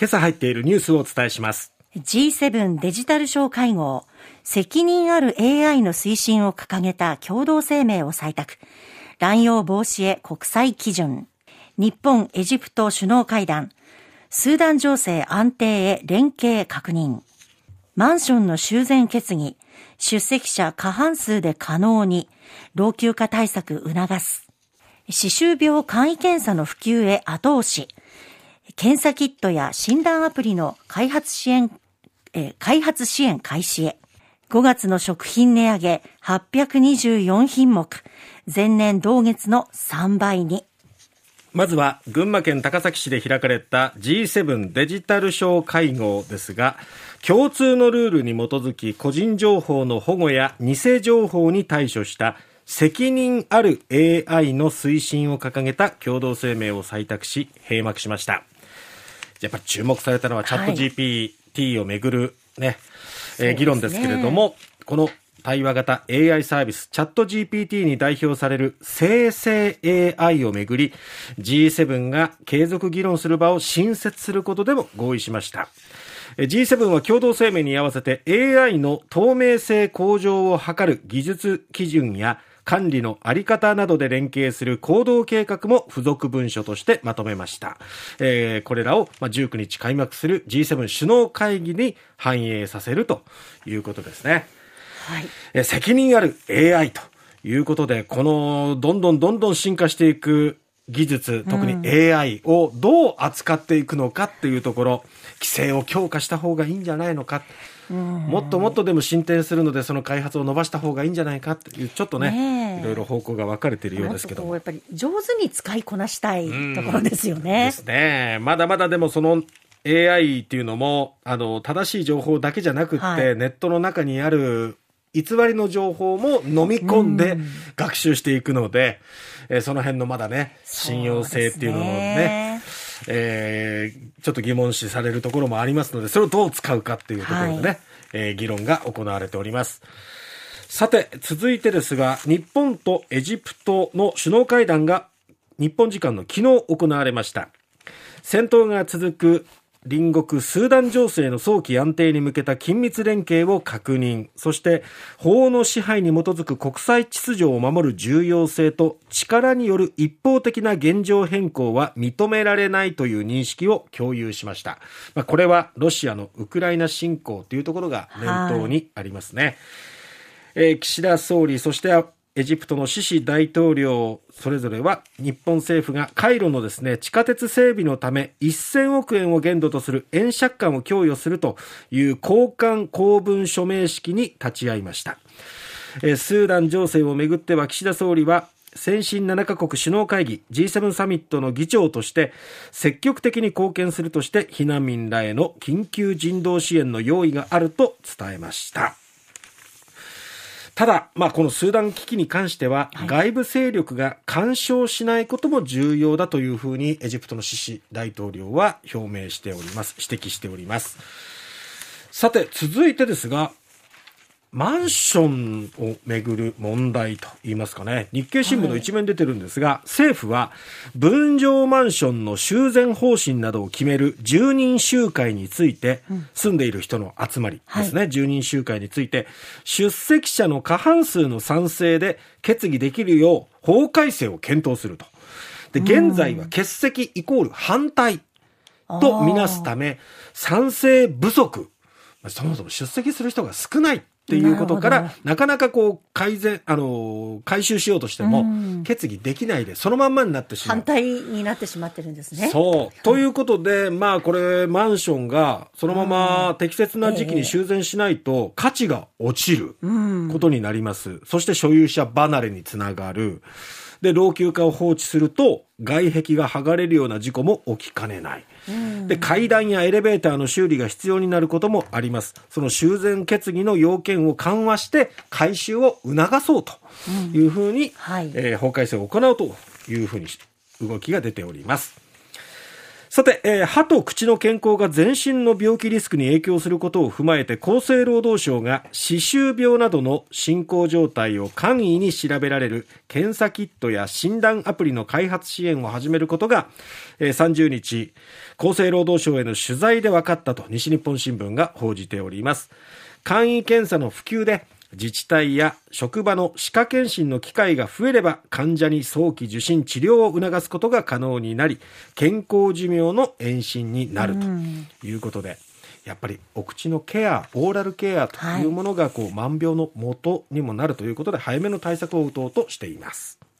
今朝入っているニュースをお伝えします。 G7 デジタル相会合、責任ある AI の推進を掲げた共同声明を採択。乱用防止へ国際基準。日本、エジプト首脳会談。スーダン情勢安定へ連携確認。マンションの修繕決議。出席者過半数で可能に。老朽化対策促す。歯周病簡易検査の普及へ後押し。検査キットや診断アプリの開発支援開始へ。5月の食品値上げ824品目。前年同月の3倍に。 まずは群馬県高崎市で開かれた G7 デジタル相会合ですが、共通のルールに基づき個人情報の保護や偽情報に対処した責任ある AI の推進を掲げた共同声明を採択し閉幕しました。やっぱり注目されたのはチャット GPT をめぐる、議論ですけれども、この対話型 AI サービスチャット GPT に代表される生成 AI をめぐり G7 が継続議論する場を新設することでも合意しました。G7 は共同声明に合わせて AI の透明性向上を図る技術基準や管理のあり方などで連携する行動計画も付属文書としてまとめました。これらを19日開幕する G7 首脳会議に反映させるということですね。はい、責任ある AI ということで、このどんどん進化していく技術、特に AI をどう扱っていくのかっていうところ、規制を強化した方がいいんじゃないのか、もっとでも進展するのでその開発を伸ばした方がいいんじゃないかっていう、ちょっとね、いろいろ方向が分かれているようですけども、 やっぱり上手に使いこなしたいところですよね。 ですね。まだまだでもそのAI っていうのも正しい情報だけじゃなくって、ネットの中にある偽りの情報も飲み込んで学習していくので、その辺のまだね、信用性っていうのもね、ちょっと疑問視されるところもありますので、それをどう使うかっていうところでね、議論が行われております。さて、続いてですが、日本とエジプトの首脳会談が日本時間の昨日行われました。戦闘が続く隣国スーダン情勢の早期安定に向けた緊密連携を確認、そして法の支配に基づく国際秩序を守る重要性と力による一方的な現状変更は認められないという認識を共有しました。これはロシアのウクライナ侵攻というところが念頭にありますね。岸田総理、そしてエジプトのシシ大統領それぞれは、日本政府がカイロのですね、地下鉄整備のため1000億円を限度とする円借款を供与するという交換公文署名式に立ち会いました。スーダン情勢をめぐっては、岸田総理は先進7カ国首脳会議 G7 サミットの議長として積極的に貢献するとして、避難民らへの緊急人道支援の用意があると伝えました。ただ、このスーダン危機に関しては、外部勢力が干渉しないことも重要だというふうにエジプトのシシ大統領は表明しております。指摘しております。さて、続いてですが、マンションをめぐる問題といいますかね、日経新聞の一面出てるんですが、政府は分譲マンションの修繕方針などを決める住人集会について、住んでいる人の集まりですね、住人集会について出席者の過半数の賛成で決議できるよう法改正を検討すると。で、現在は欠席イコール反対とみなすため、賛成不足、そもそも出席する人が少ないっていうことから、なかなか回収しようとしても決議できないでそのまんまになってしまう。 反対になってしまってるんですね。 そうということで、これマンションがそのまま適切な時期に修繕しないと価値が落ちることになります。そして所有者離れにつながる。で、老朽化を放置すると外壁が剥がれるような事故も起きかねない。で、階段やエレベーターの修理が必要になることもあります。その修繕決議の要件を緩和して改修を促そうというふうに、法改正を行うというふうに動きが出ております。 さて、歯と口の健康が全身の病気リスクに影響することを踏まえて、厚生労働省が歯周病などの進行状態を簡易に調べられる検査キットや診断アプリの開発支援を始めることが、30日厚生労働省への取材で分かったと西日本新聞が報じております。簡易検査の普及で自治体や職場の歯科検診の機会が増えれば、患者に早期受診治療を促すことが可能になり、健康寿命の延伸になるということで、やっぱりお口のケア、オーラルケアというものが万病の元にもなるということで、早めの対策を打とうとしています。